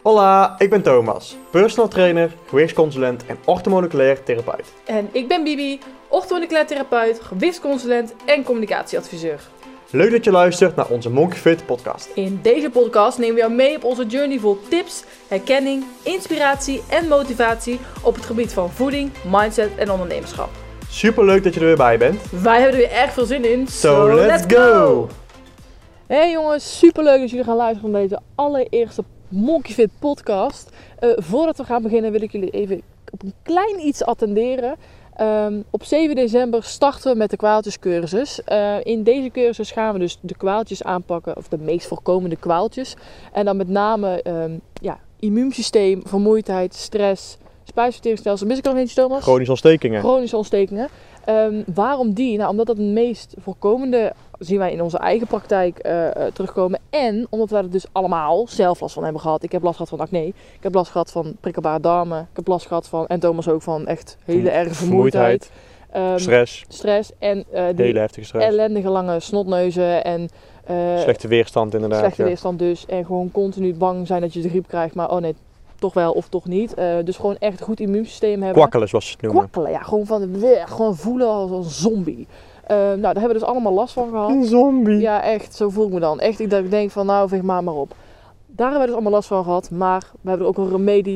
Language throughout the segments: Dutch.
Hola, ik ben Thomas, personal trainer, gewichtsconsulent en orthomoleculair therapeut. En ik ben Bibi, orthomoleculair therapeut, gewichtsconsulent en communicatieadviseur. Leuk dat je luistert naar onze Monkey Fit podcast. In deze podcast nemen we jou mee op onze journey vol tips, herkenning, inspiratie en motivatie op het gebied van voeding, mindset en ondernemerschap. Super leuk dat je er weer bij bent. Wij hebben er weer erg veel zin in, So let's go! Hey jongens, superleuk dat jullie gaan luisteren naar deze allereerste Monkey Fit podcast. Voordat we gaan beginnen wil ik jullie even op een klein iets attenderen. Op 7 december starten we met de kwaaltjescursus. In deze cursus gaan we dus de kwaaltjes aanpakken, of de meest voorkomende kwaaltjes. En dan met name immuunsysteem, vermoeidheid, stress, spijsverteringsstelsel. Mis ik er nog eentje, Thomas? Chronische ontstekingen. Chronische ontstekingen. Waarom die? Nou, omdat dat het meest voorkomende zien wij in onze eigen praktijk terugkomen. En omdat wij er dus allemaal zelf last van hebben gehad. Ik heb last gehad van acne. Ik heb last gehad van prikkelbare darmen. Ik heb last gehad van, en Thomas ook, van echt hele erge vermoeidheid. Stress en die hele heftige stress. ellendige lange snotneuzen en slechte weerstand inderdaad. Slechte weerstand dus. En gewoon continu bang zijn dat je de griep krijgt. Maar oh nee, toch wel of toch niet. Dus gewoon echt een goed immuunsysteem hebben. Kwakkelen zoals ze het noemen. Kwakkelen, ja. Gewoon voelen als een zombie. Daar hebben we dus allemaal last van gehad. Een zombie. Ja, echt. Zo voel ik me dan. Echt, ik denk van nou, veeg maar op. Daar hebben we dus allemaal last van gehad. Maar we hebben er ook een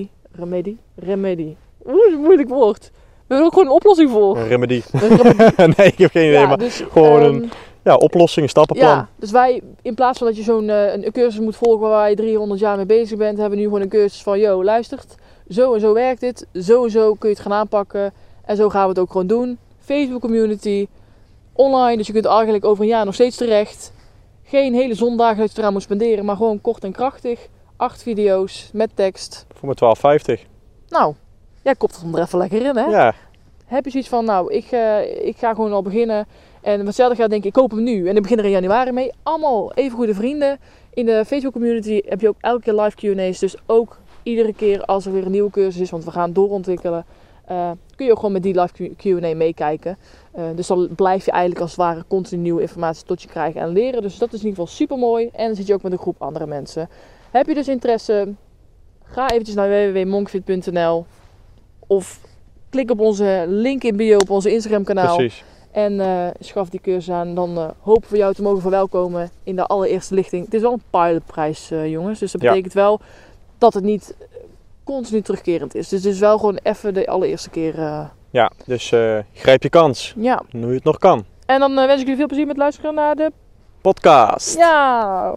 remedie. Oeh, een moeilijk woord. We hebben er ook gewoon een oplossing voor. Een remedie. Nee, ik heb geen idee. Maar dus, gewoon een oplossing, een stappenplan. Ja, dus wij, in plaats van dat je zo'n een cursus moet volgen waar je 300 jaar mee bezig bent, hebben we nu gewoon een cursus van, yo, luistert. Zo en zo werkt dit. Zo en zo kun je het gaan aanpakken. En zo gaan we het ook gewoon doen. Facebook community. Online, dus je kunt eigenlijk over een jaar nog steeds terecht. Geen hele zondagen dat je eraan moet spenderen, maar gewoon kort en krachtig. 8 video's met tekst. Voor mijn 12,50. Nou, jij kopt het er even lekker in, hè? Ja. Heb je zoiets van, nou, ik ga gewoon al beginnen. En hetzelfde gaat denk ik koop hem nu. En ik begin er in januari mee. Allemaal even goede vrienden. In de Facebook community heb je ook elke keer live Q&A's. Dus ook iedere keer als er weer een nieuwe cursus is, want we gaan doorontwikkelen. Kun je ook gewoon met die live Q&A meekijken. Dus dan blijf je eigenlijk als het ware continu nieuwe informatie tot je krijgen en leren. Dus dat is in ieder geval super mooi. En dan zit je ook met een groep andere mensen. Heb je dus interesse? Ga eventjes naar www.monkfit.nl of klik op onze link in bio op onze Instagram kanaal. Precies. En schaf die cursus aan. Dan hopen we jou te mogen verwelkomen in de allereerste lichting. Het is wel een pilotprijs, jongens. Dus dat betekent wel dat het niet continu terugkerend is. Dus het is wel gewoon even de allereerste keer. Ja, dus grijp je kans. Ja. Nu je het nog kan. En dan wens ik jullie veel plezier met luisteren naar de podcast. Ja.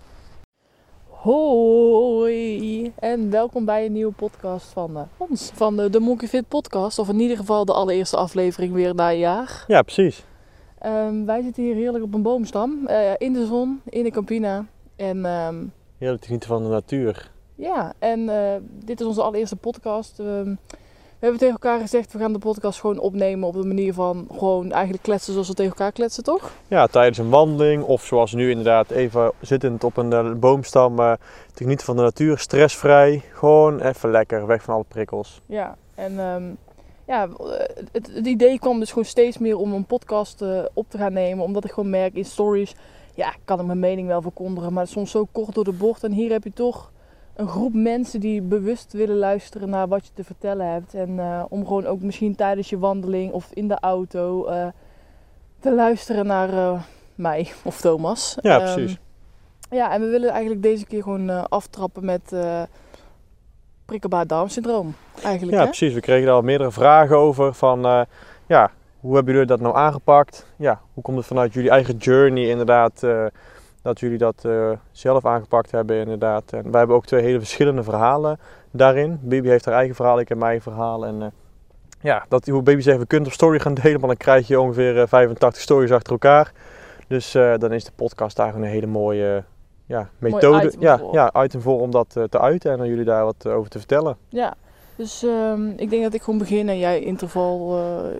Hoi. En welkom bij een nieuwe podcast van ons. Van de Monkey Fit podcast. Of in ieder geval de allereerste aflevering weer na een jaar. Ja, precies. Wij zitten hier heerlijk op een boomstam. In de zon, in de Campina. En heerlijk te genieten van de natuur. Ja, en dit is onze allereerste podcast. We hebben tegen elkaar gezegd, we gaan de podcast gewoon opnemen op de manier van gewoon eigenlijk kletsen zoals we tegen elkaar kletsen, toch? Ja, tijdens een wandeling of zoals nu inderdaad even zittend op een boomstam te genieten van de natuur, stressvrij. Gewoon even lekker, weg van alle prikkels. Ja, en het idee kwam dus gewoon steeds meer om een podcast op te gaan nemen. Omdat ik gewoon merk in stories, ja, ik kan mijn mening wel verkondigen, maar soms zo kort door de bocht. En hier heb je toch een groep mensen die bewust willen luisteren naar wat je te vertellen hebt. En om gewoon ook misschien tijdens je wandeling of in de auto te luisteren naar mij of Thomas. Ja, precies. Ja, en we willen eigenlijk deze keer gewoon aftrappen met prikkelbaar darmsyndroom. Eigenlijk, ja, hè? Precies. We kregen daar al meerdere vragen over van, hoe hebben jullie dat nou aangepakt? Ja, hoe komt het vanuit jullie eigen journey inderdaad dat jullie dat zelf aangepakt hebben inderdaad. En wij hebben ook 2 hele verschillende verhalen daarin. Bibi heeft haar eigen verhaal, ik heb mijn eigen verhaal. En hoe Bibi zegt, we kunnen op story gaan delen, maar dan krijg je ongeveer 85 stories achter elkaar. Dus dan is de podcast daar een hele mooie methode, item voor om dat te uiten en aan jullie daar wat over te vertellen. Ja, dus ik denk dat ik gewoon begin en jij interval.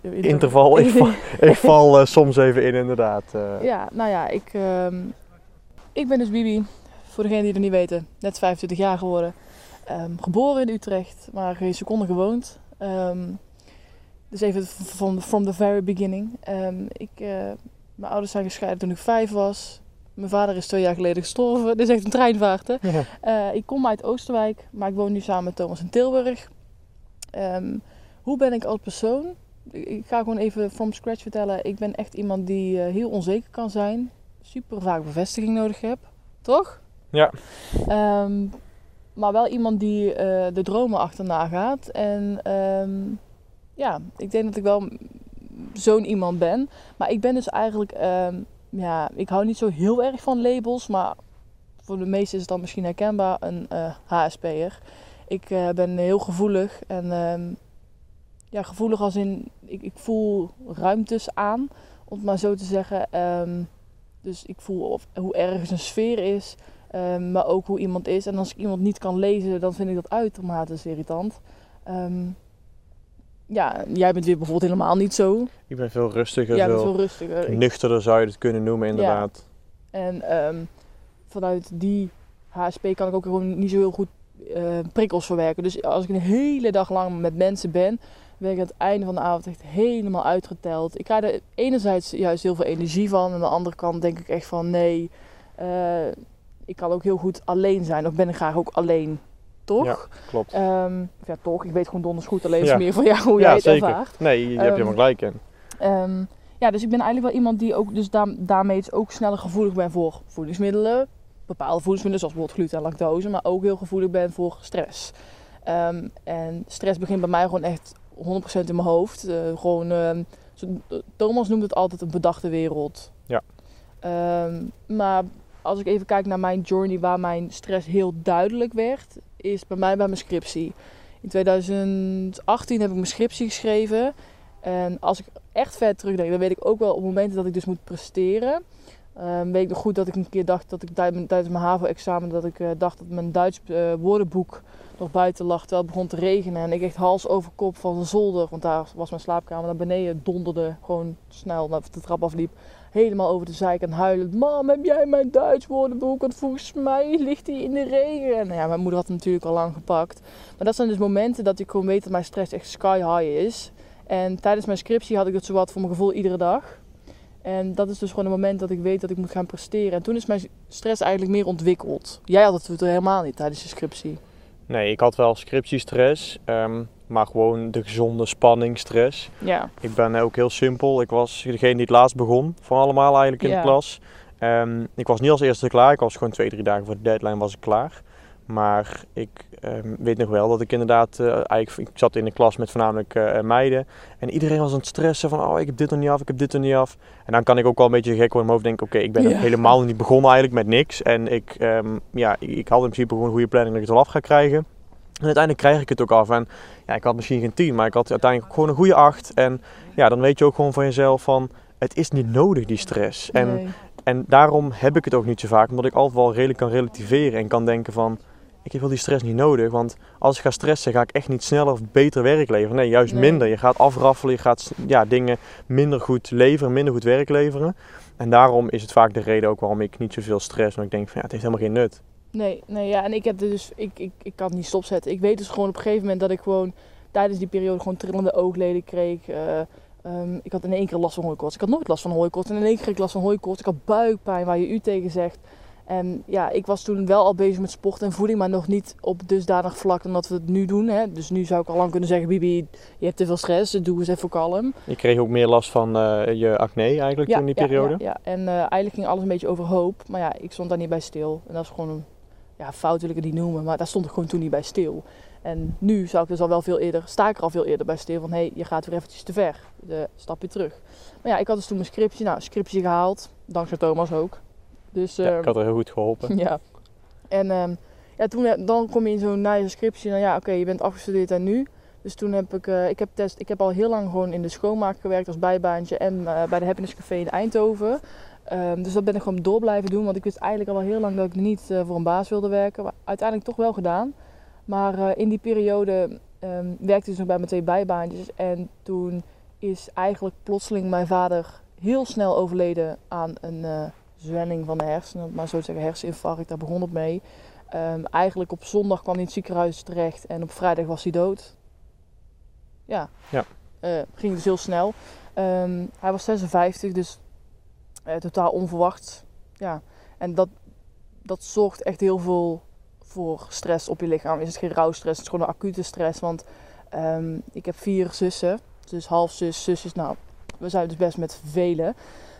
Ik val soms even in inderdaad. Ja, nou ja, ik ben dus Bibi, voor degenen die het niet weten, net 25 jaar geworden. Geboren in Utrecht, maar geen seconde gewoond. Dus even from the very beginning. Mijn ouders zijn gescheiden toen ik 5 was. Mijn vader is 2 jaar geleden gestorven. Dit is echt een treinvaart, hè? Ja. Ik kom uit Oosterwijk, maar ik woon nu samen met Thomas in Tilburg. Hoe ben ik als persoon? Ik ga gewoon even from scratch vertellen. Ik ben echt iemand die heel onzeker kan zijn. Super vaak bevestiging nodig heb. Toch? Ja. Maar wel iemand die de dromen achterna gaat. En ja, ik denk dat ik wel zo'n iemand ben. Maar ik ben dus eigenlijk... ik hou niet zo heel erg van labels. Maar voor de meesten is het dan misschien herkenbaar. Een HSP'er. Ik ben heel gevoelig. En gevoelig als in... Ik voel ruimtes aan. Om het maar zo te zeggen. Dus ik voel hoe ergens een sfeer is. Maar ook hoe iemand is. En als ik iemand niet kan lezen, dan vind ik dat uitermate irritant. Jij bent weer bijvoorbeeld helemaal niet zo. Ik ben veel rustiger. Jij bent veel rustiger. Nuchterder zou je het kunnen noemen, inderdaad. Ja. En vanuit die HSP kan ik ook gewoon niet zo heel goed prikkels verwerken. Dus als ik een hele dag lang met mensen ben ik aan het einde van de avond echt helemaal uitgeteld. Ik krijg er enerzijds juist heel veel energie van. En aan de andere kant denk ik echt van nee... ik kan ook heel goed alleen zijn. Of ben ik graag ook alleen. Toch? Ja, klopt. Toch. Ik weet gewoon donders goed. Alleen is meer van hoe jij het zeker. ervaart. Nee, je hebt helemaal gelijk in. Dus ik ben eigenlijk wel iemand die ook dus daarmee ook sneller gevoelig ben voor voedingsmiddelen. Bepaalde voedingsmiddelen zoals bijvoorbeeld gluten en lactose. Maar ook heel gevoelig ben voor stress. En stress begint bij mij gewoon echt 100% in mijn hoofd. Thomas noemt het altijd een bedachte wereld. Ja. Maar als ik even kijk naar mijn journey waar mijn stress heel duidelijk werd, is bij mij bij mijn scriptie. In 2018 heb ik mijn scriptie geschreven. En als ik echt ver terugdenk, dan weet ik ook wel op momenten dat ik dus moet presteren. Weet ik nog goed dat ik een keer dacht dat ik tijdens mijn HAVO-examen dacht dat mijn Duits woordenboek nog buiten lag terwijl het begon te regenen. En ik echt hals over kop van de zolder, want daar was mijn slaapkamer, naar beneden donderde, gewoon snel naar de trap afliep. Helemaal over de zeik en huilen. Mam, heb jij mijn Duits woordenboek? Want volgens mij ligt die in de regen. En mijn moeder had hem natuurlijk al lang gepakt. Maar dat zijn dus momenten dat ik gewoon weet dat mijn stress echt sky high is. En tijdens mijn scriptie had ik dat zowat voor mijn gevoel iedere dag. En dat is dus gewoon een moment dat ik weet dat ik moet gaan presteren. En toen is mijn stress eigenlijk meer ontwikkeld. Jij had het helemaal niet tijdens je scriptie. Nee, ik had wel scriptiestress, maar gewoon de gezonde spanningsstress. Ja. Ik ben ook heel simpel. Ik was degene die het laatst begon van allemaal eigenlijk in de klas. Ik was niet als eerste klaar. Ik was gewoon 2-3 dagen voor de deadline was ik klaar. Maar ik weet nog wel dat ik inderdaad, ik zat in de klas met voornamelijk meiden. En iedereen was aan het stressen van, ik heb dit nog niet af, ik heb dit nog niet af. En dan kan ik ook wel een beetje gek worden in mijn hoofd denken, ik ben helemaal niet begonnen eigenlijk met niks. En ik had in principe gewoon een goede planning dat ik het al af ga krijgen. En uiteindelijk krijg ik het ook af. En ik had misschien geen 10, maar ik had uiteindelijk gewoon een goede 8. En dan weet je ook gewoon van jezelf van, het is niet nodig die stress. Nee. En daarom heb ik het ook niet zo vaak, omdat ik altijd wel redelijk kan relativeren en kan denken van, ik heb wel die stress niet nodig, want als ik ga stressen ga ik echt niet sneller of beter werk leveren. Nee, juist minder. Je gaat afraffelen, je gaat dingen minder goed leveren, minder goed werk leveren. En daarom is het vaak de reden ook waarom ik niet zoveel stress, want ik denk van het heeft helemaal geen nut. En ik heb dus, ik kan het niet stopzetten. Ik weet dus gewoon op een gegeven moment dat ik gewoon tijdens die periode gewoon trillende oogleden kreeg. Ik had in één keer last van hooikoorts. Ik had nooit last van hooikoorts en in één keer kreeg ik last van hooikoorts. Ik had buikpijn waar je u tegen zegt. En ik was toen wel al bezig met sport en voeding, maar nog niet op dusdanig vlak dan dat we het nu doen. Hè. Dus nu zou ik al lang kunnen zeggen, Bibi, je hebt te veel stress, dus doe eens even kalm. Je kreeg ook meer last van je acne eigenlijk in die periode? Ja. En eigenlijk ging alles een beetje overhoop. Maar ik stond daar niet bij stil. En dat is gewoon een fout wil ik het niet noemen, maar daar stond ik gewoon toen niet bij stil. En nu sta ik er al veel eerder bij stil van, je gaat weer eventjes te ver. Stapje terug. Maar ik had dus toen mijn scriptie gehaald, dankzij Thomas ook. Dus, ik had er heel goed geholpen. Ja. En dan kom je in zo'n na je scriptie. Je bent afgestudeerd en nu. Dus toen heb ik heb al heel lang gewoon in de schoonmaak gewerkt als bijbaantje. En bij de Happiness Café in Eindhoven. Dus dat ben ik gewoon door blijven doen. Want ik wist eigenlijk al wel heel lang dat ik niet voor een baas wilde werken. Maar uiteindelijk toch wel gedaan. Maar in die periode werkte ik dus nog bij mijn 2 bijbaantjes. En toen is eigenlijk plotseling mijn vader heel snel overleden aan een zwelling van de hersenen. Maar zo te zeggen herseninfarct, daar begon het mee. Eigenlijk op zondag kwam hij in het ziekenhuis terecht. En op vrijdag was hij dood. Ging dus heel snel. Hij was 56, dus totaal onverwacht. Ja. En dat zorgt echt heel veel voor stress op je lichaam. Is het geen rouwstress, het is gewoon een acute stress. Want ik heb 4 zussen, dus halfzus, zusjes. Nou, we zijn dus best met velen.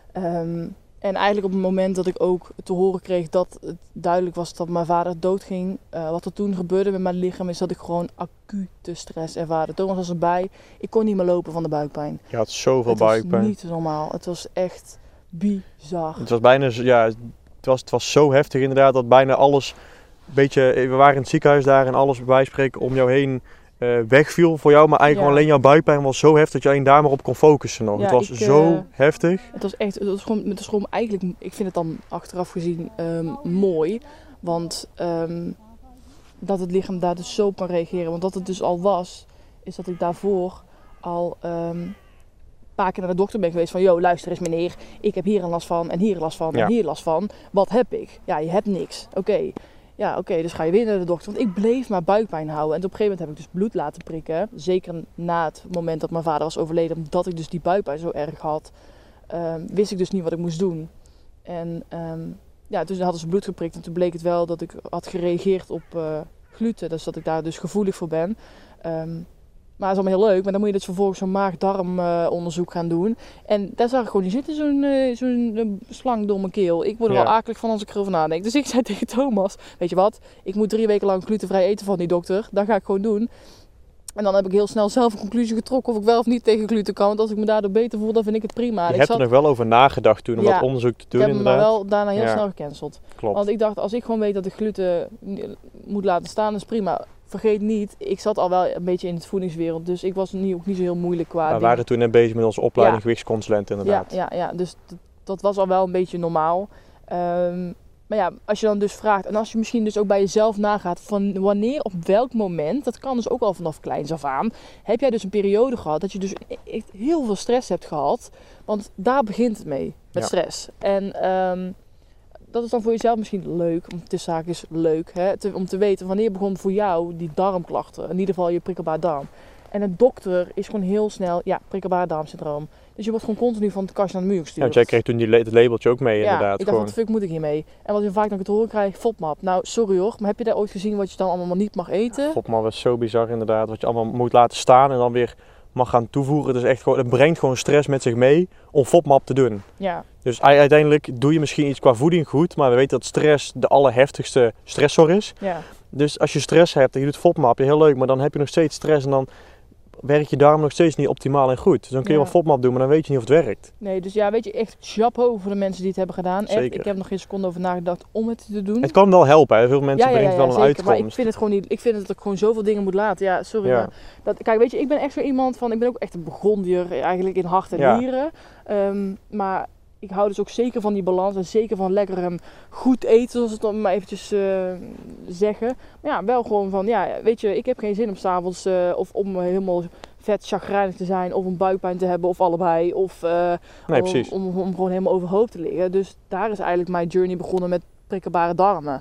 En eigenlijk op het moment dat ik ook te horen kreeg dat het duidelijk was dat mijn vader doodging. Wat er toen gebeurde met mijn lichaam is dat ik gewoon acute stress ervaarde. Thomas was erbij. Ik kon niet meer lopen van de buikpijn. Je had zoveel buikpijn. Het was niet normaal. Het was echt bizar. Het was bijna, het was zo heftig inderdaad dat bijna alles een beetje, we waren in het ziekenhuis daar en alles bij wijze van spreken om jou heen wegviel voor jou, maar eigenlijk alleen jouw buikpijn was zo heftig dat je alleen daar maar op kon focussen nog. Ja, het was zo heftig. Het was gewoon eigenlijk, ik vind het dan achteraf gezien mooi, want dat het lichaam daar dus zo op kan reageren. Want wat het dus al was, is dat ik daarvoor al een paar keer naar de dokter ben geweest van, yo, luister eens meneer, ik heb hier een last van en hier last van en hier last van. Wat heb ik? Ja, je hebt niks. Oké, dus ga je weer naar de dokter. Want ik bleef maar buikpijn houden. En op een gegeven moment heb ik dus bloed laten prikken. Zeker na het moment dat mijn vader was overleden. Omdat ik dus die buikpijn zo erg had. Wist ik dus niet wat ik moest doen. En toen hadden ze bloed geprikt. En toen bleek het wel dat ik had gereageerd op gluten. Dus dat ik daar dus gevoelig voor ben. Maar het is allemaal heel leuk. Maar dan moet je dus vervolgens zo'n maag-darm onderzoek gaan doen. En daar zag ik gewoon niet zitten, zo'n slang door mijn keel. Ik word er wel akelig van als ik erover nadenk. Dus ik zei tegen Thomas, weet je wat? Ik moet 3 weken lang glutenvrij eten van die dokter. Dat ga ik gewoon doen. En dan heb ik heel snel zelf een conclusie getrokken of ik wel of niet tegen gluten kan. Want als ik me daardoor beter voel, dan vind ik het prima. Je hebt er nog wel over nagedacht toen om dat onderzoek te doen inderdaad. Ik heb inderdaad. me wel daarna heel snel gecanceld. Klopt. Want ik dacht, als ik gewoon weet dat ik gluten moet laten staan, is prima. Vergeet niet, ik zat al wel een beetje in het voedingswereld. Dus ik was ook niet zo heel moeilijk qua. We waren toen net bezig met onze opleiding gewichtsconsulent inderdaad. Ja. Dus dat was al wel een beetje normaal. Maar ja, als je dan dus vraagt, en als je misschien dus ook bij jezelf nagaat van wanneer, op welk moment, dat kan dus ook al vanaf kleins af aan, heb jij dus een periode gehad dat je dus echt heel veel stress hebt gehad. Want daar begint het mee, met stress. En dat is dan voor jezelf misschien leuk, tussen haakjes leuk, om te weten wanneer begon voor jou die darmklachten, in ieder geval je prikkelbaar darm. En een dokter is gewoon heel snel, prikkelbaar darmsyndroom. Dus je wordt gewoon continu van het kastje naar de muur gestuurd. Ja, want jij kreeg toen het labeltje ook mee inderdaad. Ik dacht, wat de fuck moet ik hiermee? En wat je vaak nog te horen krijgt, FODMAP. Nou, sorry hoor, maar heb je daar ooit gezien wat je dan allemaal niet mag eten? FODMAP was zo bizar inderdaad, wat je allemaal moet laten staan en dan weer mag gaan toevoegen. Het brengt gewoon stress met zich mee om FODMAP te doen. Ja. Dus uiteindelijk doe je misschien iets qua voeding goed, maar we weten dat stress de allerheftigste stressor is. Ja. Dus als je stress hebt en je doet FODMAP, heel leuk, maar dan heb je nog steeds stress en dan werkt je darm nog steeds niet optimaal en goed. Dus dan kun je wel FODMAP doen, maar dan weet je niet of het werkt. Nee, dus weet je, echt chapeau voor de mensen die het hebben gedaan. Zeker. Echt, ik heb nog geen seconde over nagedacht om het te doen. Het kan wel helpen, hè. Veel mensen brengt het wel een zeker, uitkomst. Maar ik vind het gewoon niet. Ik vind dat ik gewoon zoveel dingen moet laten. Ja, sorry. Ja. Maar kijk, weet je, ik ben echt zo iemand van, ik ben ook echt een Burgondier eigenlijk in hart en nieren. Maar ik hou dus ook zeker van die balans en zeker van lekker goed eten, zoals het dan maar eventjes zeggen. Maar ja, wel gewoon van, weet je, ik heb geen zin om 's avonds of om helemaal vet chagrijnig te zijn of een buikpijn te hebben of allebei. Of om gewoon helemaal overhoop te liggen. Dus daar is eigenlijk mijn journey begonnen met prikkelbare darmen.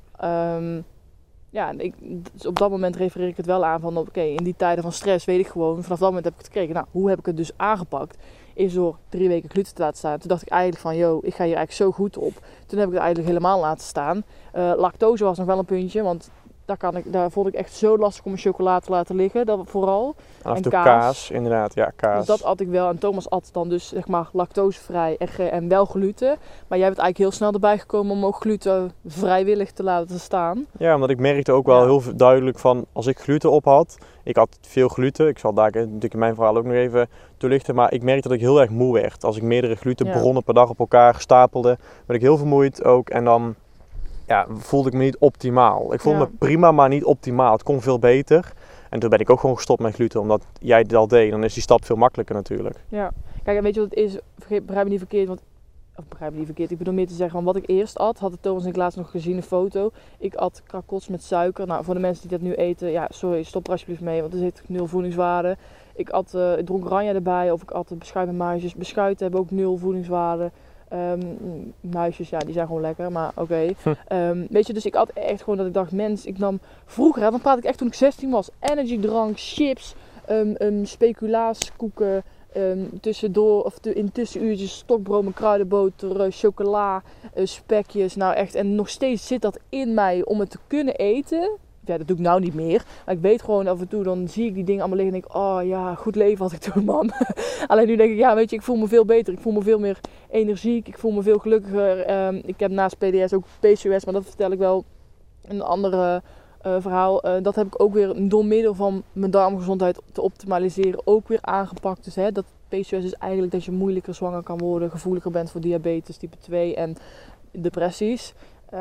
Ja. Dus op dat moment refereer ik het wel aan van oké, in die tijden van stress weet ik gewoon, vanaf dat moment heb ik het gekregen. Nou, hoe heb ik het dus aangepakt? Is door 3 weken gluten te laten staan. Toen dacht ik eigenlijk van, ik ga hier eigenlijk zo goed op. Toen heb ik het eigenlijk helemaal laten staan. Lactose was nog wel een puntje, want daar vond ik echt zo lastig om mijn chocolade te laten liggen. Dat vooral. En kaas, inderdaad, kaas. Dus dat at ik wel. En Thomas at dan dus zeg maar lactosevrij en wel gluten. Maar jij bent eigenlijk heel snel erbij gekomen om ook gluten vrijwillig te laten staan. Ja, omdat ik merkte ook wel heel duidelijk van als ik gluten op had. Ik had veel gluten. Ik zal daar natuurlijk in mijn verhaal ook nog even toelichten. Maar ik merkte dat ik heel erg moe werd. Als ik meerdere glutenbronnen per dag op elkaar stapelde, werd ik heel vermoeid ook. En dan voelde ik me niet optimaal. Ik voelde me prima, maar niet optimaal. Het kon veel beter. En toen ben ik ook gewoon gestopt met gluten, omdat jij het al deed. Dan is die stap veel makkelijker natuurlijk. Ja, kijk, en weet je wat het is? Begrijp me niet verkeerd. Ik bedoel meer te zeggen, van wat ik eerst at, had het Thomas en ik laatst nog gezien een foto. Ik at krakots met suiker. Nou, voor de mensen die dat nu eten, sorry, stop er alsjeblieft mee, want er zit 0 voedingswaarde. Ik dronk ranja erbij, of ik at beschuit met muisjes. Beschuiten hebben ook 0 voedingswaarde. Muisjes, die zijn gewoon lekker, maar oké. Weet je, dus ik had echt gewoon dat ik dacht, ik nam vroeger, dan praat ik echt toen ik 16 was, energydrank, chips, speculaaskoeken, Tussendoor, of in tussenuurtjes stokbrood, kruidenboter, chocola, spekjes. Nou echt, en nog steeds zit dat in mij om het te kunnen eten. Ja, dat doe ik nou niet meer. Maar ik weet gewoon af en toe, dan zie ik die dingen allemaal liggen en denk ik, oh ja, goed leven had ik toen, man. Alleen nu denk ik, ja, weet je, ik voel me veel beter. Ik voel me veel meer energiek. Ik voel me veel gelukkiger. Ik heb naast PDS ook PCOS, maar dat vertel ik wel een andere verhaal. Dat heb ik ook weer door middel van mijn darmgezondheid te optimaliseren ook weer aangepakt. Dus dat PCOS is eigenlijk dat je moeilijker zwanger kan worden, gevoeliger bent voor diabetes type 2 en depressies.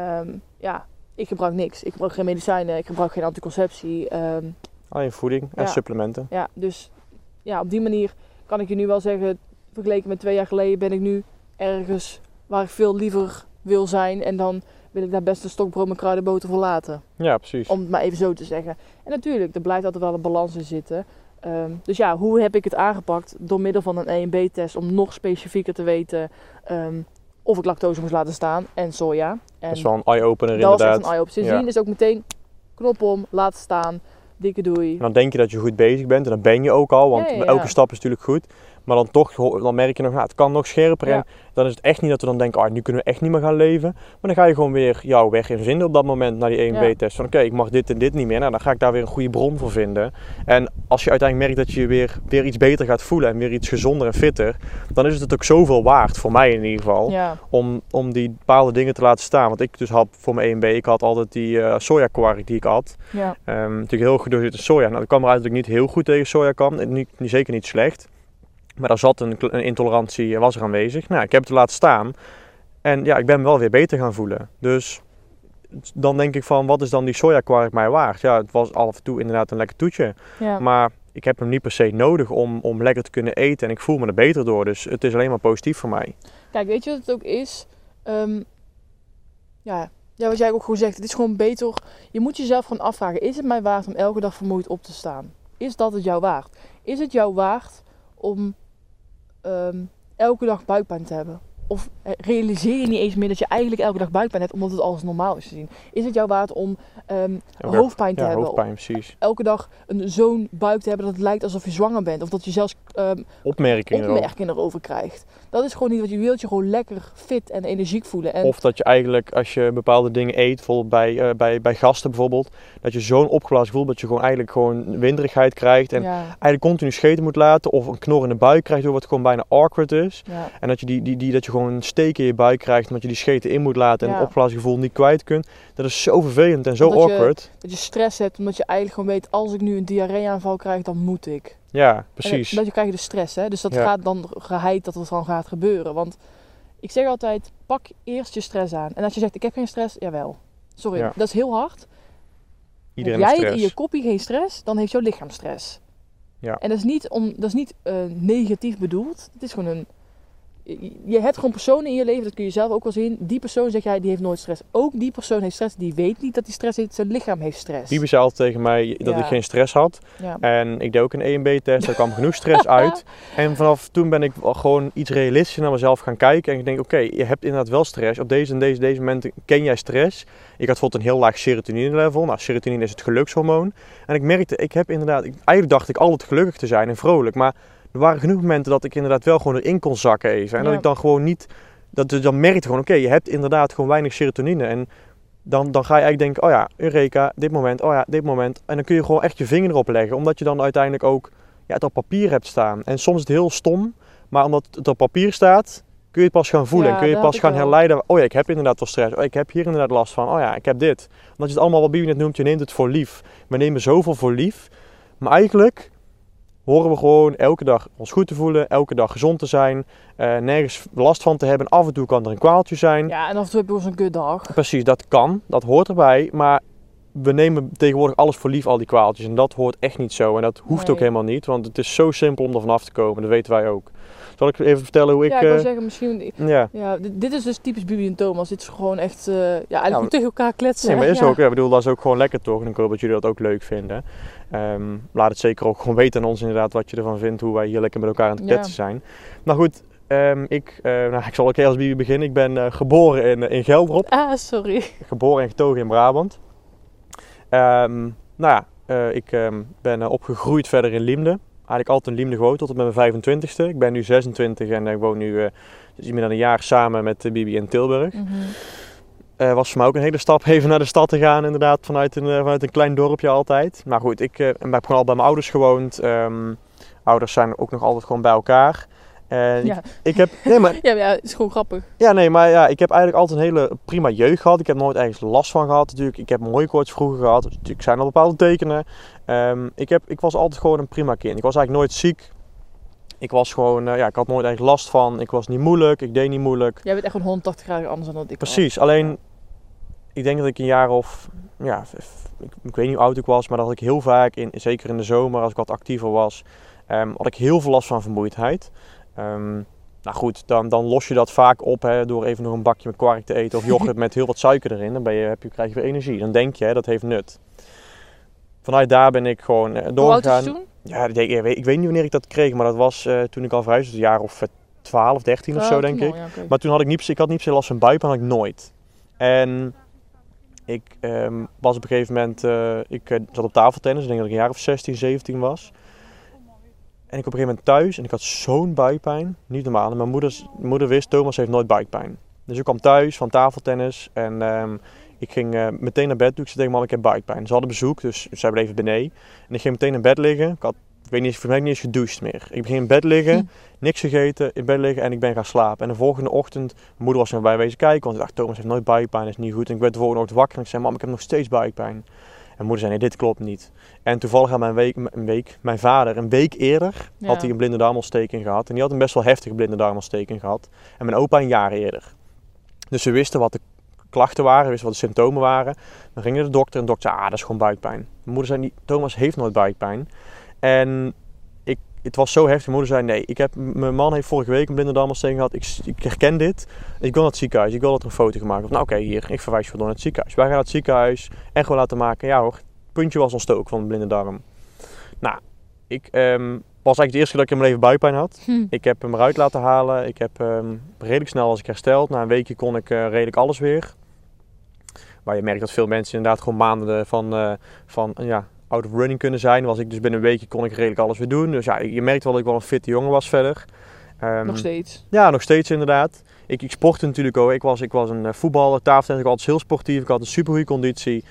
Ik gebruik niks. Ik gebruik geen medicijnen, ik gebruik geen anticonceptie. Alleen voeding en supplementen. Ja, dus ja, op die manier kan ik je nu wel zeggen, vergeleken met 2 jaar geleden ben ik nu ergens waar ik veel liever wil zijn. En dan wil ik daar best een stokbrood met kruidenboter voor laten. Ja, precies. Om het maar even zo te zeggen. En natuurlijk, er blijft altijd wel een balans in zitten. Dus ja, hoe heb ik het aangepakt? Door middel van een E&B-test om nog specifieker te weten of ik lactose moest laten staan en soja. En dat is wel een eye-opener inderdaad. Dat was echt een eye-opener. Sindsdien is ook meteen knop om, laten staan, dikke doei. En dan denk je dat je goed bezig bent en dat ben je ook al, want elke stap is natuurlijk goed. Maar dan toch, dan merk je nog, het kan nog scherper. En dan is het echt niet dat we dan denken, nu kunnen we echt niet meer gaan leven. Maar dan ga je gewoon weer jouw weg in vinden op dat moment naar die E&B-test. Van oké, ik mag dit en dit niet meer. Nou, dan ga ik daar weer een goede bron voor vinden. En als je uiteindelijk merkt dat je weer iets beter gaat voelen en weer iets gezonder en fitter, dan is het ook zoveel waard, voor mij in ieder geval, om die bepaalde dingen te laten staan. Want ik dus had voor mijn E&B, ik had altijd die sojakwark die ik had. Ja. Natuurlijk heel gedoseerde soja. Nou, dat kwam eruit dat ik niet heel goed tegen soja kan. Zeker niet slecht. Maar daar zat een intolerantie, was er aanwezig. Nou, ik heb het laten staan. En ja, ik ben me wel weer beter gaan voelen. Dus dan denk ik van, wat is dan die sojakwark mij waard? Ja, het was af en toe inderdaad een lekker toetje. Ja. Maar ik heb hem niet per se nodig om lekker te kunnen eten. En ik voel me er beter door. Dus het is alleen maar positief voor mij. Kijk, weet je wat het ook is? Wat jij ook gewoon zegt. Het is gewoon beter. Je moet jezelf gewoon afvragen. Is het mij waard om elke dag vermoeid op te staan? Is dat het jou waard? Is het jou waard om elke dag buikpijn te hebben? Of realiseer je niet eens meer dat je eigenlijk elke dag buikpijn hebt omdat het alles normaal is te zien? Is het jou waard om hoofdpijn te hebben? Hoofdpijn, precies. Elke dag zo'n buik te hebben dat het lijkt alsof je zwanger bent. Of dat je zelfs opmerkingen erover krijgt. Dat is gewoon niet wat je wilt. Je gewoon lekker fit en energiek voelen. En of dat je eigenlijk, als je bepaalde dingen eet, bijvoorbeeld bij gasten bijvoorbeeld, dat je zo'n opgeblazen gevoel, dat je gewoon eigenlijk gewoon winderigheid krijgt en eigenlijk continu scheten moet laten of een knor in de buik krijgt, wat gewoon bijna awkward is. Ja. En dat je dat je gewoon een steek in je buik krijgt, omdat je die scheten in moet laten en een opgeblazen gevoel niet kwijt kunt. Dat is zo vervelend en zo awkward. Dat je stress hebt, omdat je eigenlijk gewoon weet, als ik nu een diarreeaanval krijg, dan moet ik. Ja, precies. En dan krijg je de stress, hè? Dus dat gaat dan geheid dat het dan gaat gebeuren. Want ik zeg altijd, pak eerst je stress aan. En als je zegt, ik heb geen stress, jawel. Sorry, dat is heel hard. Iedereen heb jij stress. in je koppie geen stress, dan heeft jouw lichaam stress. Ja. En dat is niet negatief bedoeld. Het is gewoon je hebt gewoon personen in je leven, dat kun je zelf ook wel zien. Die persoon, zeg jij, die heeft nooit stress. Ook die persoon heeft stress, die weet niet dat hij stress heeft. Zijn lichaam heeft stress. Die zei altijd tegen mij dat ik geen stress had. Ja. En ik deed ook een E&B-test, daar kwam genoeg stress uit. En vanaf toen ben ik gewoon iets realistischer naar mezelf gaan kijken. En ik denk, oké, je hebt inderdaad wel stress. Op deze en deze momenten ken jij stress. Ik had bijvoorbeeld een heel laag serotonine level. Nou, serotonine is het gelukshormoon. En ik merkte, eigenlijk dacht ik altijd gelukkig te zijn en vrolijk. Maar er waren genoeg momenten dat ik inderdaad wel gewoon erin kon zakken even. En dat ik dan gewoon niet, dan merkte gewoon, oké, je hebt inderdaad gewoon weinig serotonine. En dan ga je eigenlijk denken, oh ja, Eureka, dit moment, oh ja, dit moment. En dan kun je gewoon echt je vinger erop leggen. Omdat je dan uiteindelijk ook het op papier hebt staan. En soms is het heel stom, maar omdat het op papier staat, kun je het pas gaan voelen. En kun je het pas gaan herleiden. Oh ja, ik heb inderdaad wel stress. Oh, ik heb hier inderdaad last van. Oh ja, ik heb dit. Omdat je het allemaal, wat Bibi net noemt, je neemt het voor lief. We nemen zoveel voor lief. Maar eigenlijk horen we gewoon elke dag ons goed te voelen, elke dag gezond te zijn, nergens last van te hebben. Af en toe kan er een kwaaltje zijn. Ja, en af en toe heb je ook zo'n kutdag. Precies, dat kan, dat hoort erbij, maar we nemen tegenwoordig alles voor lief, al die kwaaltjes. En dat hoort echt niet zo en dat hoeft ook helemaal niet, want het is zo simpel om er vanaf te komen, dat weten wij ook. Zal ik even vertellen hoe ik... Ja, ik wil zeggen, misschien... Ja, dit is dus typisch Bibi en Thomas. Dit is gewoon echt... eigenlijk tegen elkaar kletsen. Nee, maar is ook... Ja, ik bedoel, dat is ook gewoon lekker toch? En ik hoop dat jullie dat ook leuk vinden. Laat het zeker ook gewoon weten aan ons inderdaad wat je ervan vindt. Hoe wij hier lekker met elkaar aan het kletsen zijn. Nou goed, ik zal ook als Bibi beginnen. Ik ben geboren in Geldrop. Ah, sorry. Geboren en getogen in Brabant. Ik ben opgegroeid verder in Liemde. eigenlijk altijd in Liemde gewoond tot en met mijn 25ste. Ik ben nu 26 en ik woon nu dus iets meer dan een jaar samen met Bibi in Tilburg. Was voor mij ook een hele stap even naar de stad te gaan, inderdaad, vanuit een klein dorpje altijd. Maar goed, ik heb gewoon al bij mijn ouders gewoond. Ouders zijn ook nog altijd gewoon bij elkaar. Ja. Ik heb, nee, maar, Ja, het is gewoon grappig. ja, nee, maar ja, ik heb eigenlijk altijd een hele prima jeugd gehad. Ik heb nooit ergens last van gehad natuurlijk. Ik heb mooie koorts vroeger gehad. Dus natuurlijk zijn er bepaalde tekenen. Ik was altijd gewoon een prima kind. Ik was eigenlijk nooit ziek. Ik was gewoon, ik had nooit echt last van. Ik was niet moeilijk, ik deed niet moeilijk. Jij bent echt een 180 graden anders dan dat ik Precies, was. alleen ik denk dat ik een jaar of, ik weet niet hoe oud ik was, maar dat had ik heel vaak, zeker in de zomer als ik wat actiever was, had ik heel veel last van vermoeidheid. Nou goed, dan los je dat vaak op door even nog een bakje met kwark te eten of yoghurt met heel wat suiker erin. Dan krijg je weer energie. Dan denk je, dat heeft nut. Vanuit daar ben ik gewoon doorgegaan. Hoe oud was je toen? Ja, ik weet niet wanneer ik dat kreeg, maar dat was toen ik al verhuisde, een jaar of 12, 13 of zo denk ik. Ja, okay. Maar toen had ik niet per se last van buikpijn, had ik nooit. En ik was op een gegeven moment, ik zat op tafeltennis, ik denk dat ik een jaar of 16, 17 was. En ik op een gegeven moment thuis en ik had zo'n buikpijn, niet normaal. En mijn moeder wist, Thomas heeft nooit buikpijn. Dus ik kwam thuis van tafeltennis en ik ging meteen naar bed. Toen ik zei tegen mama, ik heb buikpijn. Ze hadden bezoek, dus zij bleven beneden. En ik ging meteen in bed liggen. Ik weet niet, voor mij niet eens gedoucht meer. Ik ging in bed liggen, niks gegeten, in bed liggen en ik ben gaan slapen. En de volgende ochtend, mijn moeder was er bij wezen kijken, want ik dacht, Thomas heeft nooit buikpijn, dat is niet goed. En ik werd de volgende ochtend wakker en ik zei, mam, ik heb nog steeds buikpijn. En mijn moeder zei, nee, dit klopt niet. En toevallig had mijn vader een week eerder, had hij een blinde darmontsteking gehad. En die had een best wel heftige blinde darmontsteking gehad. En mijn opa een jaar eerder. Dus we wisten wat de klachten waren, wisten wat de symptomen waren. Dan ging naar de dokter en de dokter zei, dat is gewoon buikpijn. Mijn moeder zei, Thomas heeft nooit buikpijn. En het was zo heftig. Mijn moeder zei, nee, mijn man heeft vorige week een blinde darmontsteking gehad. Ik herken dit. Ik wil naar het ziekenhuis. Ik wil dat er een foto gemaakt wordt. Nou oké, hier, ik verwijs je door naar het ziekenhuis. Wij gaan naar het ziekenhuis en gewoon laten maken. Ja hoor, het puntje was ontstoken van de blinde darm. Nou, ik was eigenlijk de eerste keer dat ik in mijn leven buikpijn had. Ik heb hem eruit laten halen. Ik heb redelijk snel als ik hersteld. Na een weekje kon ik redelijk alles weer. Maar je merkt dat veel mensen inderdaad gewoon maanden van out of running kunnen zijn. Was ik dus binnen een weekje kon ik redelijk alles weer doen. Dus ja, je merkt wel dat ik wel een fitte jongen was verder. Nog steeds? Ja, nog steeds inderdaad. Ik sportte natuurlijk ook. Ik was een voetballer, tafeltennis. Ik was altijd heel sportief. Ik had een supergoeie conditie.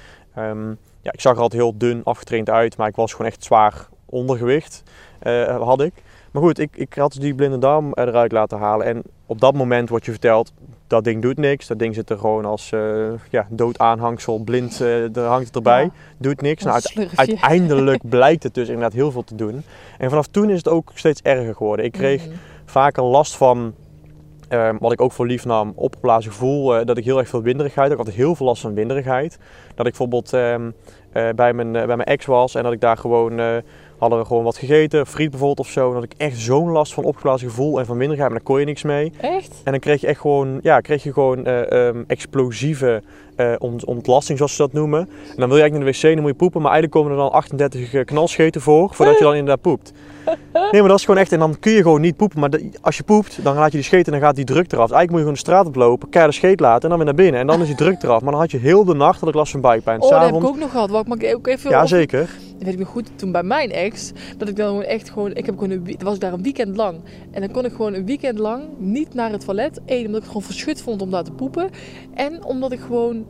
Ik zag er altijd heel dun afgetraind uit. Maar ik was gewoon echt zwaar ondergewicht. Had ik. Maar goed, ik had die blinde darm eruit laten halen. En op dat moment wordt je verteld, dat ding doet niks. Dat ding zit er gewoon als dood aanhangsel, blind, daar hangt het erbij. Ja. Doet niks. Nou, uiteindelijk blijkt het dus inderdaad heel veel te doen. En vanaf toen is het ook steeds erger geworden. Ik kreeg vaker last van, wat ik ook voor lief nam, opgeblazen gevoel. Dat ik heel erg veel winderigheid had. Ik had heel veel last van winderigheid. Dat ik bijvoorbeeld bij mijn ex was en dat ik daar gewoon... hadden we gewoon wat gegeten, friet bijvoorbeeld of zo. En had ik echt zo'n last van opgeblazen gevoel en van winderigheid, maar daar kon je niks mee. Echt? En dan kreeg je echt gewoon, explosieve ontlasting, zoals ze dat noemen. En dan wil je eigenlijk naar de wc, dan moet je poepen, maar eigenlijk komen er dan 38 knalscheten voordat je dan inderdaad poept. Nee, maar dat is gewoon echt, en dan kun je gewoon niet poepen. Maar als je poept, dan laat je die scheet en dan gaat die druk eraf. Dus eigenlijk moet je gewoon de straat oplopen, keihard de scheet laten en dan weer naar binnen. En dan is die druk eraf. Maar dan had je heel de nacht had ik last van buikpijn. Oh, dat heb ik ook nog gehad. Wou ik ook even... Ja, zeker. Dat weet ik nog goed, toen bij mijn ex, dat ik dan gewoon echt gewoon... was ik daar een weekend lang. En dan kon ik gewoon een weekend lang niet naar het toilet. Eén, omdat ik het gewoon verschut vond om daar te poepen. En omdat ik gewoon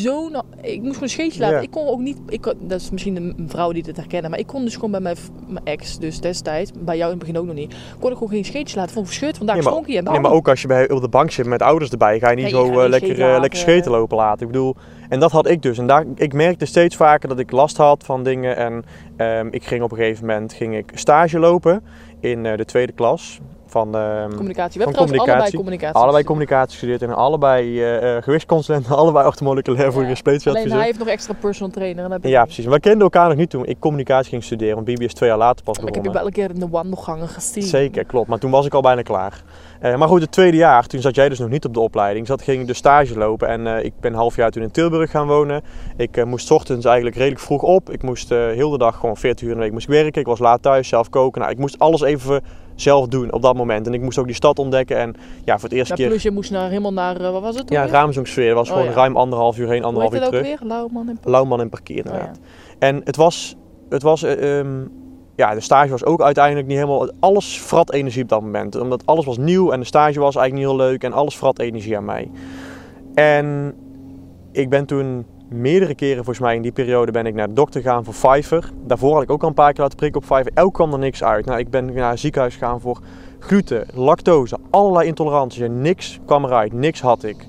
ik moest gewoon een scheetje laten. Yeah. Ik kon ook niet... dat is misschien een vrouw die dit herkennen. Maar ik kon dus gewoon bij mijn ex, dus destijds, bij jou in het begin ook nog niet, kon ik gewoon geen scheetjes laten van verschut. Vandaag stonk je. Nee, maar ook als je op de bank zit met ouders erbij, ga je niet lekker scheten lopen laten. Ik bedoel, en dat had ik dus. En ik merkte steeds vaker dat ik last had van dingen. En ik ging op een gegeven moment stage lopen in de tweede klas. Van communicatie. We hebben allebei communicatie. Allebei communicatie gestudeerd en allebei gewichtsconsulenten, allebei orthomoleculair voor specialist. Alleen hij heeft nog extra personal trainer. Ja, precies. We kenden elkaar nog niet toen ik communicatie ging studeren, want Bibi is 2 jaar later pas begonnen. Ik heb je wel een keer in de wandelgangen gezien. Zeker, klopt. Maar toen was ik al bijna klaar. Maar goed, het tweede jaar, toen zat jij dus nog niet op de opleiding, ging ik dus stage lopen en ik ben een half jaar toen in Tilburg gaan wonen. Ik moest 's ochtends eigenlijk redelijk vroeg op. Ik moest heel de dag gewoon 40 uur in de week moest ik werken. Ik was laat thuis, zelf koken. Nou, ik moest alles even zelf doen op dat moment. En ik moest ook die stad ontdekken. En ja, voor het eerste keer... Plus je moest helemaal naar, wat was het? Ja, Raamsdonksveer. Dat was gewoon ruim 1,5 uur heen, 1,5 uur terug. Weer? Lauwman en Parkeer inderdaad. En het was ja, de stage was ook uiteindelijk niet helemaal... Alles vrat energie op dat moment. Omdat alles was nieuw en de stage was eigenlijk niet heel leuk. En alles vrat energie aan mij. En ik ben toen meerdere keren, volgens mij in die periode, ben ik naar de dokter gegaan voor Pfeiffer. Daarvoor had ik ook al een paar keer laten prikken op Pfeiffer. Elk kwam er niks uit. Nou, ik ben naar het ziekenhuis gegaan voor gluten, lactose, allerlei intoleranties. En niks kwam eruit. Niks had ik.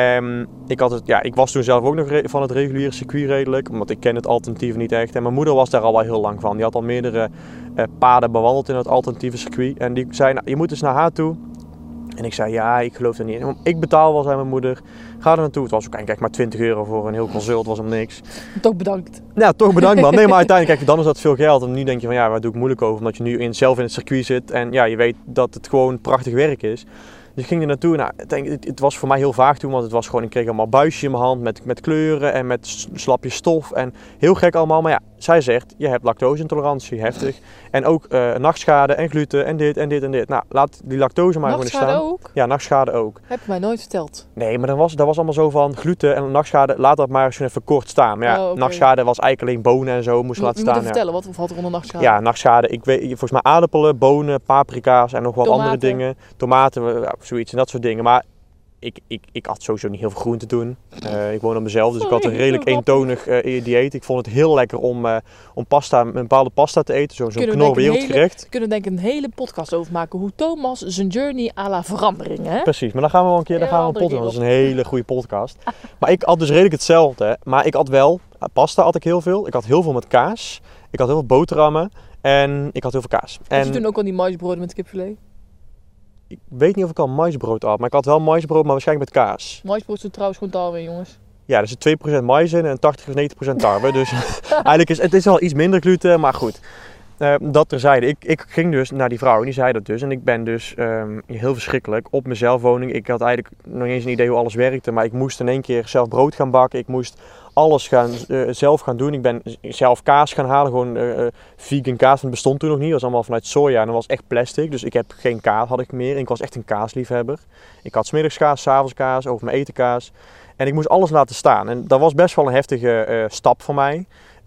Ik was toen zelf ook nog van het reguliere circuit redelijk, omdat ik ken het alternatieve niet echt. En mijn moeder was daar al wel heel lang van. Die had al meerdere paden bewandeld in het alternatieve circuit. En die zei, nou, je moet eens naar haar toe. En ik zei, ja, ik geloof er niet in. Ik betaal wel, zei mijn moeder. Ga er naartoe. Het was ook eigenlijk maar €20 voor een heel consult. Het was om niks. Toch bedankt. Ja, toch bedankt man. Nee, maar uiteindelijk, kijk, dan is dat veel geld. En nu denk je van, ja, waar doe ik moeilijk over? Omdat je nu zelf in het circuit zit. En ja, je weet dat het gewoon prachtig werk is. Dus ik ging er naartoe. Nou, het was voor mij heel vaag toen, want het was gewoon, ik kreeg allemaal buisjes in mijn hand met kleuren en met slapjes stof. En heel gek allemaal. Maar ja, zij zegt, je hebt lactose-intolerantie, heftig. En ook nachtschade en gluten en dit en dit en dit. Nou, laat die lactose maar gewoon eens staan. Nachtschade ook? Ja, nachtschade ook. Heb je mij nooit verteld. Nee, maar dat was allemaal zo van gluten en nachtschade, laat dat maar eens even kort staan. Maar ja, nachtschade was eigenlijk alleen bonen en zo, moest laten staan. Je moet vertellen, wat valt er onder nachtschade? Ja, nachtschade, ik weet, volgens mij aardappelen, bonen, paprika's en nog wat andere dingen. Tomaten, ja, zoiets en dat soort dingen. Maar ik had sowieso niet heel veel groente toen. Ik woon op mezelf, dus ik had een redelijk eentonig dieet. Ik vond het heel lekker om een bepaalde pasta te eten, zo'n knor wereldgerecht. We kunnen denk ik een hele podcast over maken, hoe Thomas zijn journey à la verandering, hè? Precies, maar dan gaan we wel een keer, een podcast doen. Dat is een hele goede podcast. Maar ik had dus redelijk hetzelfde, maar ik had wel, pasta had ik heel veel. Ik had heel veel met kaas, ik had heel veel boterhammen en ik had heel veel kaas. Had je toen ook al die maïsbroden met kipfilet? Ik weet niet of ik al maïsbrood had, maar ik had wel maïsbrood, maar waarschijnlijk met kaas. Maïsbrood zit trouwens gewoon tarwe in, jongens. Ja, er zit 2% maïs in en 80 of 90% tarwe. Dus eigenlijk is het wel iets minder gluten, maar goed. Dat terzijde. Ik ging dus naar die vrouw en die zei dat dus. En ik ben dus heel verschrikkelijk op mijn zelfwoning. Ik had eigenlijk nog eens een idee hoe alles werkte, maar ik moest in één keer zelf brood gaan bakken. Ik moest alles zelf gaan doen. Ik ben zelf kaas gaan halen, gewoon vegan kaas. Want het bestond toen nog niet. Dat was allemaal vanuit soja en dat was echt plastic. Dus ik heb geen kaas, had ik meer. En ik was echt een kaasliefhebber. Ik had 's middags kaas, 's avonds kaas, over mijn eten kaas. En ik moest alles laten staan. En dat was best wel een heftige stap voor mij.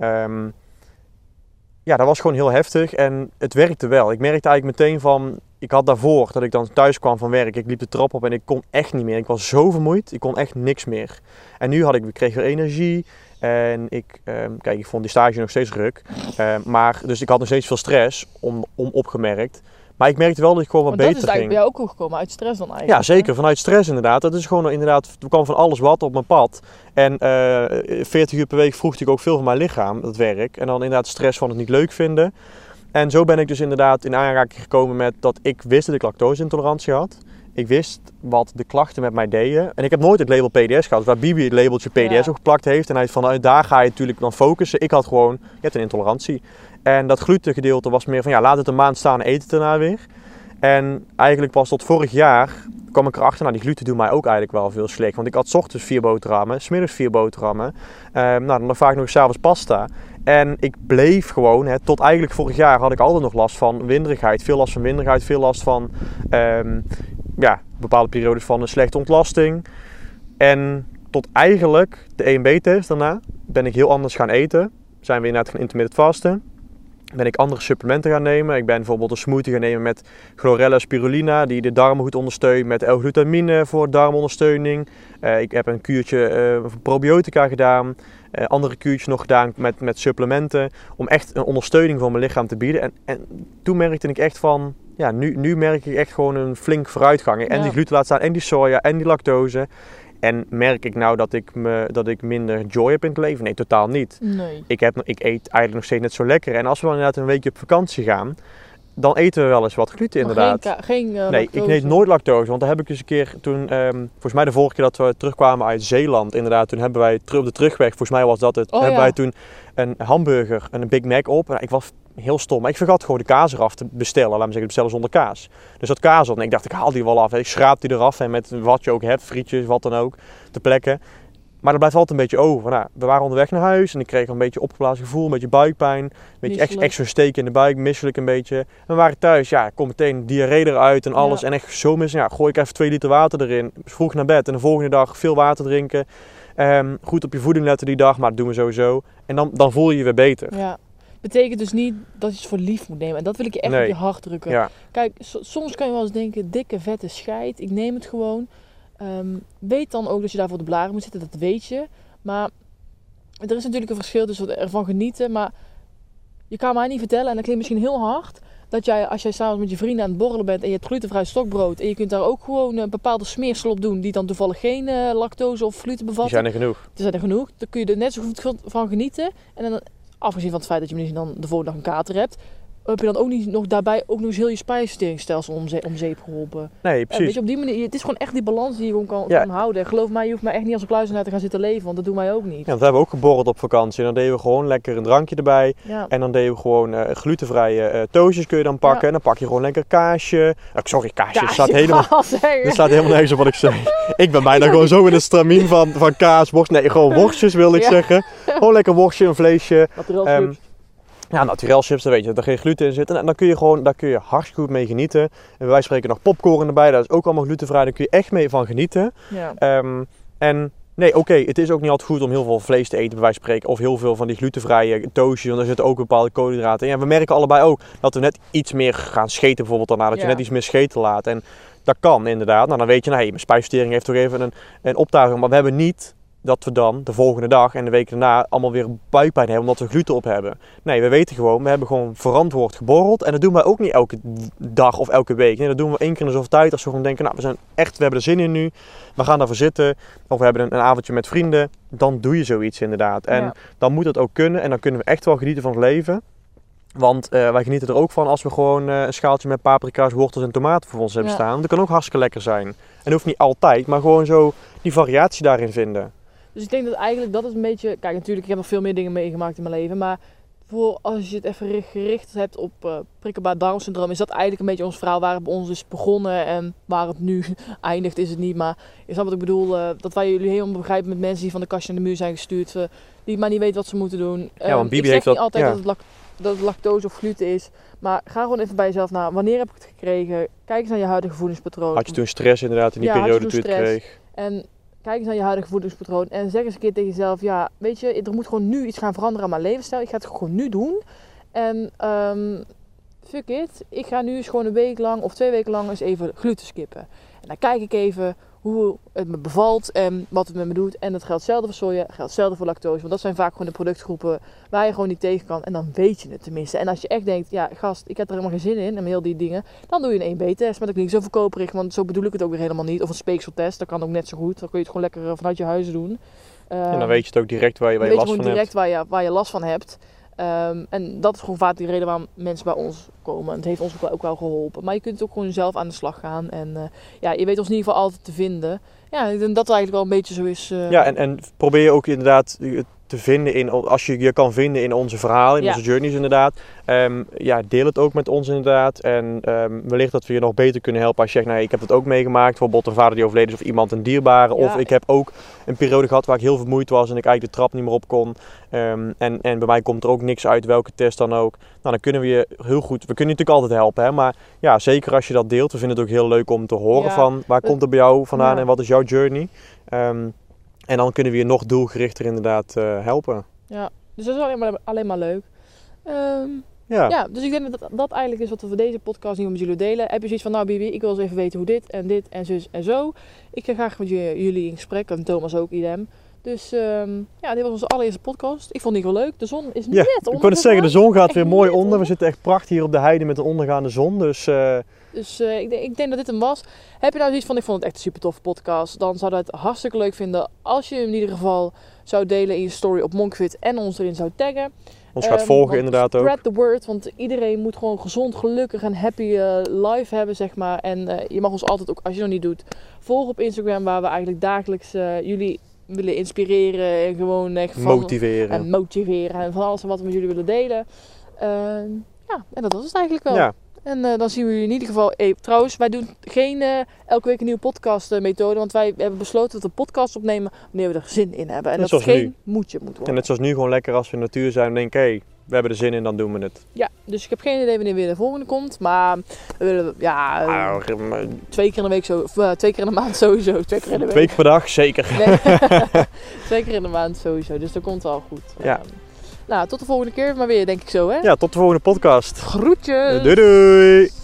Ja, dat was gewoon heel heftig en het werkte wel. Ik merkte eigenlijk meteen van, ik had daarvoor dat ik dan thuis kwam van werk, ik liep de trap op en ik kon echt niet meer. Ik was zo vermoeid, ik kon echt niks meer. En nu kreeg ik weer energie en ik vond die stage nog steeds ruk. Dus ik had nog steeds veel stress, opgemerkt. Maar ik merkte wel dat ik gewoon wat beter ging. Dat is eigenlijk bij jou ook gekomen, uit stress dan eigenlijk. Ja, zeker. Vanuit stress inderdaad. Dat is gewoon inderdaad, er kwam van alles wat op mijn pad. En 40 uur per week vroeg ik ook veel van mijn lichaam, dat werk. En dan inderdaad stress van het niet leuk vinden. En zo ben ik dus inderdaad in aanraking gekomen met dat ik wist dat ik lactose-intolerantie had. Ik wist wat de klachten met mij deden. En ik heb nooit het label PDS gehad, waar Bibi het labeltje PDS ook geplakt heeft. En vanuit daar ga je natuurlijk dan focussen. Ik had gewoon, je hebt een intolerantie. En dat glutengedeelte was meer van, ja, laat het een maand staan en eet het daarna weer. En eigenlijk pas tot vorig jaar kwam ik erachter, nou die gluten doen mij ook eigenlijk wel veel slecht. Want ik had 's ochtends 4 boterhammen, 's middags 4 boterhammen. Dan vaak nog 's avonds pasta. En ik bleef gewoon, tot eigenlijk vorig jaar had ik altijd nog last van winderigheid. Veel last van winderigheid, veel last van bepaalde periodes van een slechte ontlasting. En tot eigenlijk de EMB-test daarna ben ik heel anders gaan eten. Zijn we inderdaad gaan intermittent vasten. Ben ik andere supplementen gaan nemen. Ik ben bijvoorbeeld een smoothie gaan nemen met chlorella spirulina, die de darmen goed ondersteunt, met L-glutamine voor darmondersteuning. Ik heb een kuurtje probiotica gedaan. Andere kuurtjes nog gedaan met supplementen. Om echt een ondersteuning voor mijn lichaam te bieden. En toen merkte ik echt van, ja, nu merk ik echt gewoon een flink vooruitgang. En die gluten laat staan, en die soja, en die lactose. En merk ik nou dat ik minder joy heb in het leven? Nee, totaal niet. Nee. Ik eet eigenlijk nog steeds net zo lekker. En als we dan inderdaad een weekje op vakantie gaan, dan eten we wel eens wat gluten inderdaad. Nee, ik eet nooit lactose. Want daar heb ik eens een keer toen, volgens mij de vorige keer dat we terugkwamen uit Zeeland, inderdaad, toen hebben wij op de terugweg, volgens mij was dat het, hebben wij toen een hamburger en een Big Mac op. Nou, ik was heel stom, maar ik vergat gewoon de kaas eraf te bestellen. Laat me zeggen, bestellen zonder kaas. Dus dat kaas op. En ik dacht, ik haal die wel af. Ik schraap die eraf en met wat je ook hebt, frietjes, wat dan ook, te plekken. Maar er blijft altijd een beetje over. Nou, we waren onderweg naar huis en ik kreeg een beetje opgeblazen gevoel, een beetje buikpijn, een beetje extra steek in de buik, misselijk een beetje. En we waren thuis, ja, ik kom meteen diarree eruit en alles en echt zo misselijk. Ja, gooi ik even 2 liter water erin, vroeg naar bed en de volgende dag veel water drinken. Goed op je voeding letten die dag, maar dat doen we sowieso. En dan voel je je weer beter. Ja. betekent dus niet dat je het voor lief moet nemen. En dat wil ik je echt op je hart drukken. Ja. Kijk, soms kan je wel eens denken, dikke vette scheid, ik neem het gewoon. Weet dan ook dat je daar voor de blaren moet zitten, dat weet je. Maar er is natuurlijk een verschil tussen ervan genieten. Maar je kan mij niet vertellen, en dat klinkt misschien heel hard, dat jij, als jij s'avonds met je vrienden aan het borrelen bent en je hebt glutenvrij stokbrood en je kunt daar ook gewoon een bepaalde smeersel op doen die dan toevallig geen lactose of gluten bevat. Die zijn er genoeg. Die zijn er genoeg. Dan kun je er net zo goed van genieten. En dan, afgezien van het feit dat je misschien dan de volgende dag een kater hebt, heb je dan ook niet nog daarbij ook nog eens heel je spijsverteringsstelsel om zeep geholpen. Nee, precies. Weet je, op die manier, het is gewoon echt die balans die je gewoon kan houden. En geloof mij, je hoeft mij echt niet als een kluizenaar te gaan zitten leven, want dat doen wij ook niet. Ja, dat hebben we ook geborreld op vakantie. En dan deden we gewoon lekker een drankje erbij. Ja. En dan deden we gewoon glutenvrije toastjes kun je dan pakken. Ja. En dan pak je gewoon lekker kaasje. Sorry, kaasje. Het staat helemaal nergens op wat ik zeg. Ik ben bijna gewoon zo in het stramien van kaas, worst. Nee, gewoon worstjes wil ik zeggen. Gewoon lekker worstje, een vleesje. Ja, naturel chips, dan weet je dat er geen gluten in zit. En dan kun je gewoon, daar kun je hartstikke goed mee genieten. En wij spreken nog popcorn erbij, dat is ook allemaal glutenvrij. Daar kun je echt mee van genieten. Ja. En nee, oké, het is ook niet altijd goed om heel veel vlees te eten, bij wijze van spreken. Of heel veel van die glutenvrije toastjes, want er zitten ook bepaalde koolhydraten in. Ja, we merken allebei ook dat we net iets meer gaan scheten bijvoorbeeld daarna. Dat je net iets meer scheten laat. En dat kan inderdaad. Nou, dan weet je, mijn spijsvertering heeft toch even een optuiging. Maar we hebben niet dat we dan de volgende dag en de week daarna allemaal weer buikpijn hebben omdat we gluten op hebben. Nee, we weten gewoon, we hebben gewoon verantwoord geborreld. En dat doen wij ook niet elke dag of elke week. Nee, dat doen we 1 keer in de zoveel tijd. Als we gewoon denken, we hebben er zin in nu. We gaan daarvoor zitten. Of we hebben een avondje met vrienden. Dan doe je zoiets inderdaad. En dan moet het ook kunnen. En dan kunnen we echt wel genieten van het leven. Want wij genieten er ook van als we gewoon een schaaltje met paprika's, wortels en tomaten voor ons hebben staan. Dat kan ook hartstikke lekker zijn. En dat hoeft niet altijd, maar gewoon zo die variatie daarin vinden. Dus ik denk dat eigenlijk dat is een beetje... Kijk, natuurlijk, ik heb nog veel meer dingen meegemaakt in mijn leven. Maar voor als je het even gericht hebt op prikkelbaar Down-syndroom... is dat eigenlijk een beetje ons verhaal waar het bij ons is begonnen. En waar het nu eindigt is het niet. Maar je snapt wat ik bedoel. Dat wij jullie helemaal begrijpen met mensen die van de kastje naar de muur zijn gestuurd. Die maar niet weten wat ze moeten doen. Ja, want Bibi ik heeft zeg niet altijd dat het lactose of gluten is. Maar ga gewoon even bij jezelf na. Wanneer heb ik het gekregen? Kijk eens naar je huidige voedingspatroon. Had je toen stress inderdaad in die periode toen je het kreeg? En kijk eens naar je huidige voedingspatroon en zeg eens een keer tegen jezelf... Ja, weet je, er moet gewoon nu iets gaan veranderen aan mijn levensstijl. Ik ga het gewoon nu doen. En fuck it. Ik ga nu eens gewoon een week lang of 2 weken lang eens even gluten skippen. En dan kijk ik even hoe het me bevalt en wat het met me doet. En dat geldt hetzelfde voor soja, geldt hetzelfde voor lactose. Want dat zijn vaak gewoon de productgroepen waar je gewoon niet tegen kan. En dan weet je het tenminste. En als je echt denkt, ja gast, ik heb er helemaal geen zin in. En heel die dingen. Dan doe je een 1B-test. Maar dat klinkt zo verkoperig. Want zo bedoel ik het ook weer helemaal niet. Of een speekseltest. Dat kan ook net zo goed. Dan kun je het gewoon lekker vanuit je huis doen. En dan weet je het ook direct waar je last van hebt. Dan weet je gewoon direct waar je last van hebt. En dat is gewoon vaak de reden waarom mensen bij ons komen. Het heeft ons ook wel geholpen. Maar je kunt ook gewoon zelf aan de slag gaan. En je weet ons in ieder geval altijd te vinden. Ja, ik denk dat het eigenlijk wel een beetje zo is. Ja, en probeer je ook inderdaad te vinden als je je kan vinden in onze verhalen, in onze journeys inderdaad. Deel het ook met ons inderdaad. En wellicht dat we je nog beter kunnen helpen als je zegt, ik heb het ook meegemaakt. Bijvoorbeeld een vader die overleden is of iemand een dierbare. Ja. Of ik heb ook een periode gehad waar ik heel vermoeid was en ik eigenlijk de trap niet meer op kon. En bij mij komt er ook niks uit, welke test dan ook. Nou, dan kunnen we je heel goed, we kunnen je natuurlijk altijd helpen. Hè? Maar ja, zeker als je dat deelt. We vinden het ook heel leuk om te horen van waar komt het bij jou vandaan en wat is jouw journey. En dan kunnen we je nog doelgerichter inderdaad helpen. Ja, dus dat is alleen maar leuk. Dus ik denk dat eigenlijk is wat we voor deze podcast niet met jullie delen. Heb je zoiets van, Bibi, ik wil eens even weten hoe dit en zus en zo. Ik ga graag met jullie in gesprek en Thomas ook, idem. Dus dit was onze allereerste podcast. Ik vond die wel leuk. De zon is net onder. Ik wou het zeggen, de zon gaat echt weer mooi onder. We zitten echt prachtig hier op de heide met een ondergaande zon. Dus ik denk dat dit hem was. Heb je nou zoiets van, ik vond het echt een super toffe podcast. Dan zou dat het hartstikke leuk vinden als je hem in ieder geval zou delen in je story op Monkfit en ons erin zou taggen. Ons gaat volgen inderdaad ook. Spread the word, want iedereen moet gewoon gezond, gelukkig en happy life hebben, zeg maar. En je mag ons altijd ook, als je het nog niet doet, volgen op Instagram, waar we eigenlijk dagelijks jullie willen inspireren en gewoon echt motiveren en van alles wat we met jullie willen delen. En dat was het eigenlijk wel. Ja. En dan zien we jullie in ieder geval. Trouwens, wij doen geen elke week een nieuwe podcast methode. Want wij hebben besloten dat we podcast opnemen wanneer we er zin in hebben. En dat het geen moedje moet worden. En net zoals nu gewoon lekker als we in de natuur zijn en denken, we hebben er zin in, dan doen we het. Ja, dus ik heb geen idee wanneer weer de volgende komt. Maar we willen 2 keer in de week zo. Of 2 keer in de maand sowieso. 2 keer in de week. 2 keer per dag, zeker. Nee. 2 keer in de maand sowieso. Dus dat komt wel goed. Ja. Nou, tot de volgende keer maar weer, denk ik zo, hè? Ja, tot de volgende podcast. Groetjes! Doei doei!